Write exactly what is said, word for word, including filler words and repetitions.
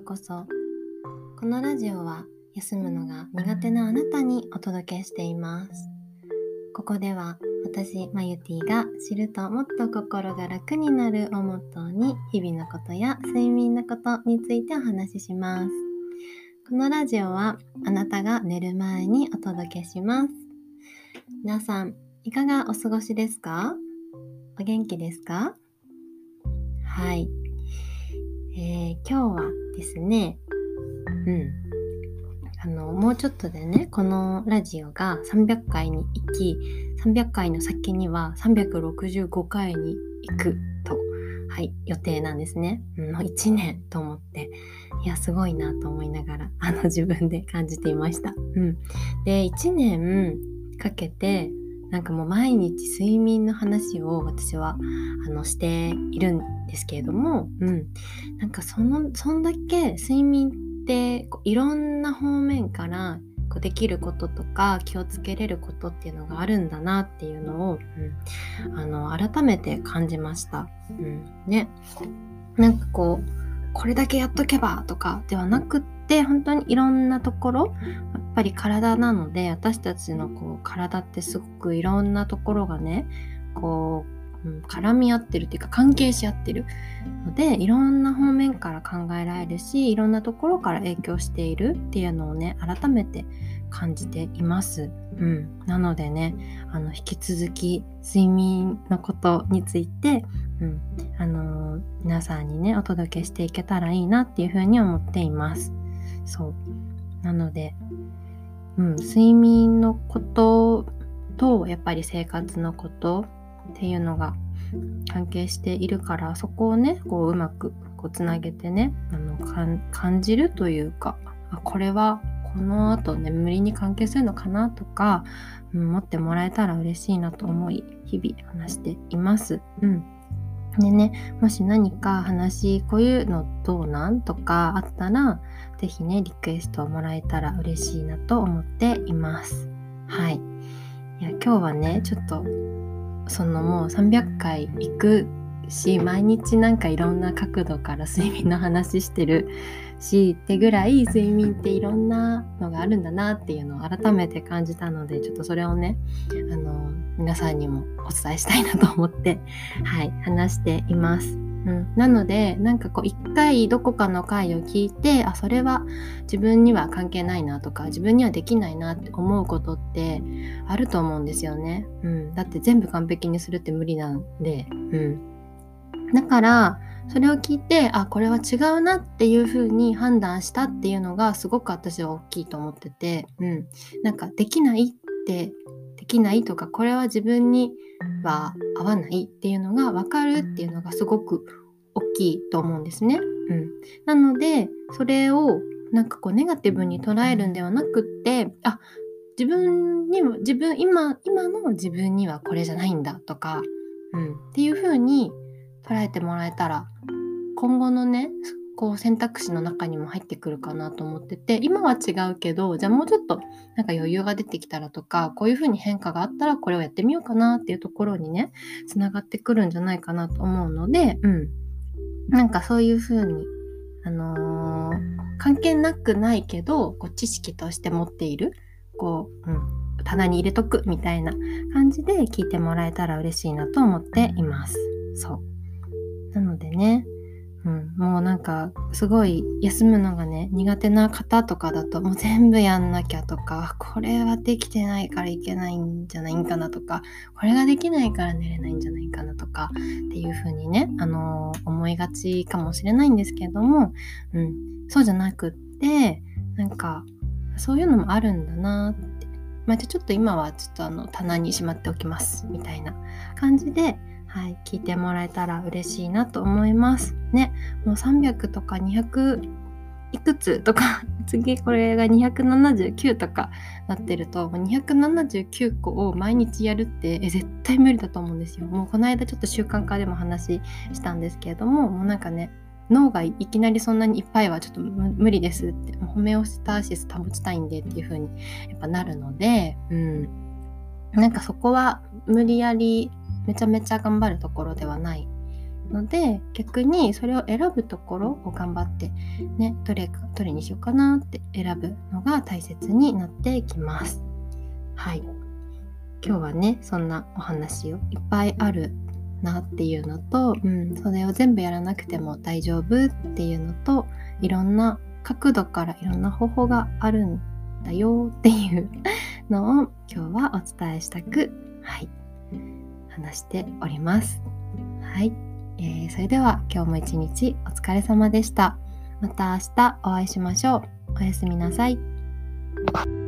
こそ。このラジオは休むのが苦手なあなたにお届けしています。ここでは私マユティが知るともっと心が楽になるをモットーに日々のことや睡眠のことについてお話しします。このラジオはあなたが寝る前にお届けします。皆さんいかがお過ごしですか？お元気ですか？はい、えー、今日はですねうんあのもうちょっとでねこのラジオがさんびゃっかいに行きさんびゃっかいの先にはさんびゃくろくじゅうごかいに行くと、はい、予定なんですね。もういちねんと思って、いやすごいなと思いながらあの自分で感じていました。うん、でいちねんかけてなんかもう毎日睡眠の話を私はあのしているんですけれども、うん、なんかそのそんだけ睡眠ってこういろんな方面からこうできることとか気をつけれることっていうのがあるんだなっていうのを、うん、あの改めて感じました。うん、ね、なんかこうこれだけやっとけばとかではなくって本当にいろんなところやっぱり体なので私たちのこう体ってすごくいろんなところがねこう、うん、絡み合ってるっていうか関係し合ってるのでいろんな方面から考えられるしいろんなところから影響しているっていうのをね改めて感じています。うん、なのでねあの引き続き睡眠のことについて、うんあのー、皆さんにねお届けしていけたらいいなっていうふうに思っています。そうなので、うん、睡眠のこととやっぱり生活のことっていうのが関係しているからそこをねこううまくこうつなげてねあのかん感じるというかあこれはこの後眠りに関係するのかなとか、うん、持ってもらえたら嬉しいなと思い日々話しています。うんでね、もし何か話こういうのどうなんとかあったらぜひねリクエストをもらえたら嬉しいなと思っています。はい。いや今日はねちょっとそのもうさんびゃっかい行くし毎日なんかいろんな角度から睡眠の話してるしってぐらい睡眠っていろんなのがあるんだなっていうのを改めて感じたのでちょっとそれをねあの皆さんにもお伝えしたいなと思ってはい話しています。うん、なのでなんかこう一回どこかの回を聞いてあそれは自分には関係ないなとか自分にはできないなって思うことってあると思うんですよね。うん、だって全部完璧にするって無理なんで、うん、だからそれを聞いてあこれは違うなっていう風に判断したっていうのがすごく私は大きいと思ってて、うん、なんかできないってできないとかこれは自分には合わないっていうのが分かるっていうのがすごく大きいと思うんですね。うん、なのでそれをなんかこうネガティブに捉えるんではなくってあ自分にも自分今今の自分にはこれじゃないんだとか、うん、っていう風に捉えてもらえたら今後のねこう選択肢の中にも入ってくるかなと思ってて今は違うけどじゃあもうちょっとなんか余裕が出てきたらとかこういう風に変化があったらこれをやってみようかなっていうところにねつながってくるんじゃないかなと思うので、うん、なんかそういう風にあのー、関係なくないけどこう知識として持っているこう、うん、棚に入れとくみたいな感じで聞いてもらえたら嬉しいなと思っています。そうなのでねうん、もうなんかすごい休むのがね苦手な方とかだともう全部やんなきゃとかこれはできてないからいけないんじゃないかなとかこれができないから寝れないんじゃないかなとかっていう風にね、あのー、思いがちかもしれないんですけども、うん、そうじゃなくってなんかそういうのもあるんだなって、まあ、じゃちょっと今はちょっとあの棚にしまっておきますみたいな感じではい、聞いてもらえたら嬉しいなと思いますね。もうさんびゃくとかにひゃくいくつとか次これがにひゃくななじゅうきゅうとかなってるともうにひゃくななじゅうきゅうこを毎日やるってえ絶対無理だと思うんですよ。もうこの間ちょっと習慣化でも話したんですけれどももうなんかね脳がいきなりそんなにいっぱいはちょっと無理ですってホメオスターシス保ちたいんでっていう風にやっぱなるので、うん、なんかそこは無理やりめちゃめちゃ頑張るところではないので、逆にそれを選ぶところを頑張ってね、どれかどれにしようかなって選ぶのが大切になってきます。はい、今日はねそんなお話をいっぱいあるなっていうのと、うん、それを全部やらなくても大丈夫っていうのと、いろんな角度からいろんな方法があるんだよっていうのを今日はお伝えしたく、はい、話しております。はい、えー、それでは今日も一日お疲れ様でした。また明日お会いしましょう。おやすみなさい。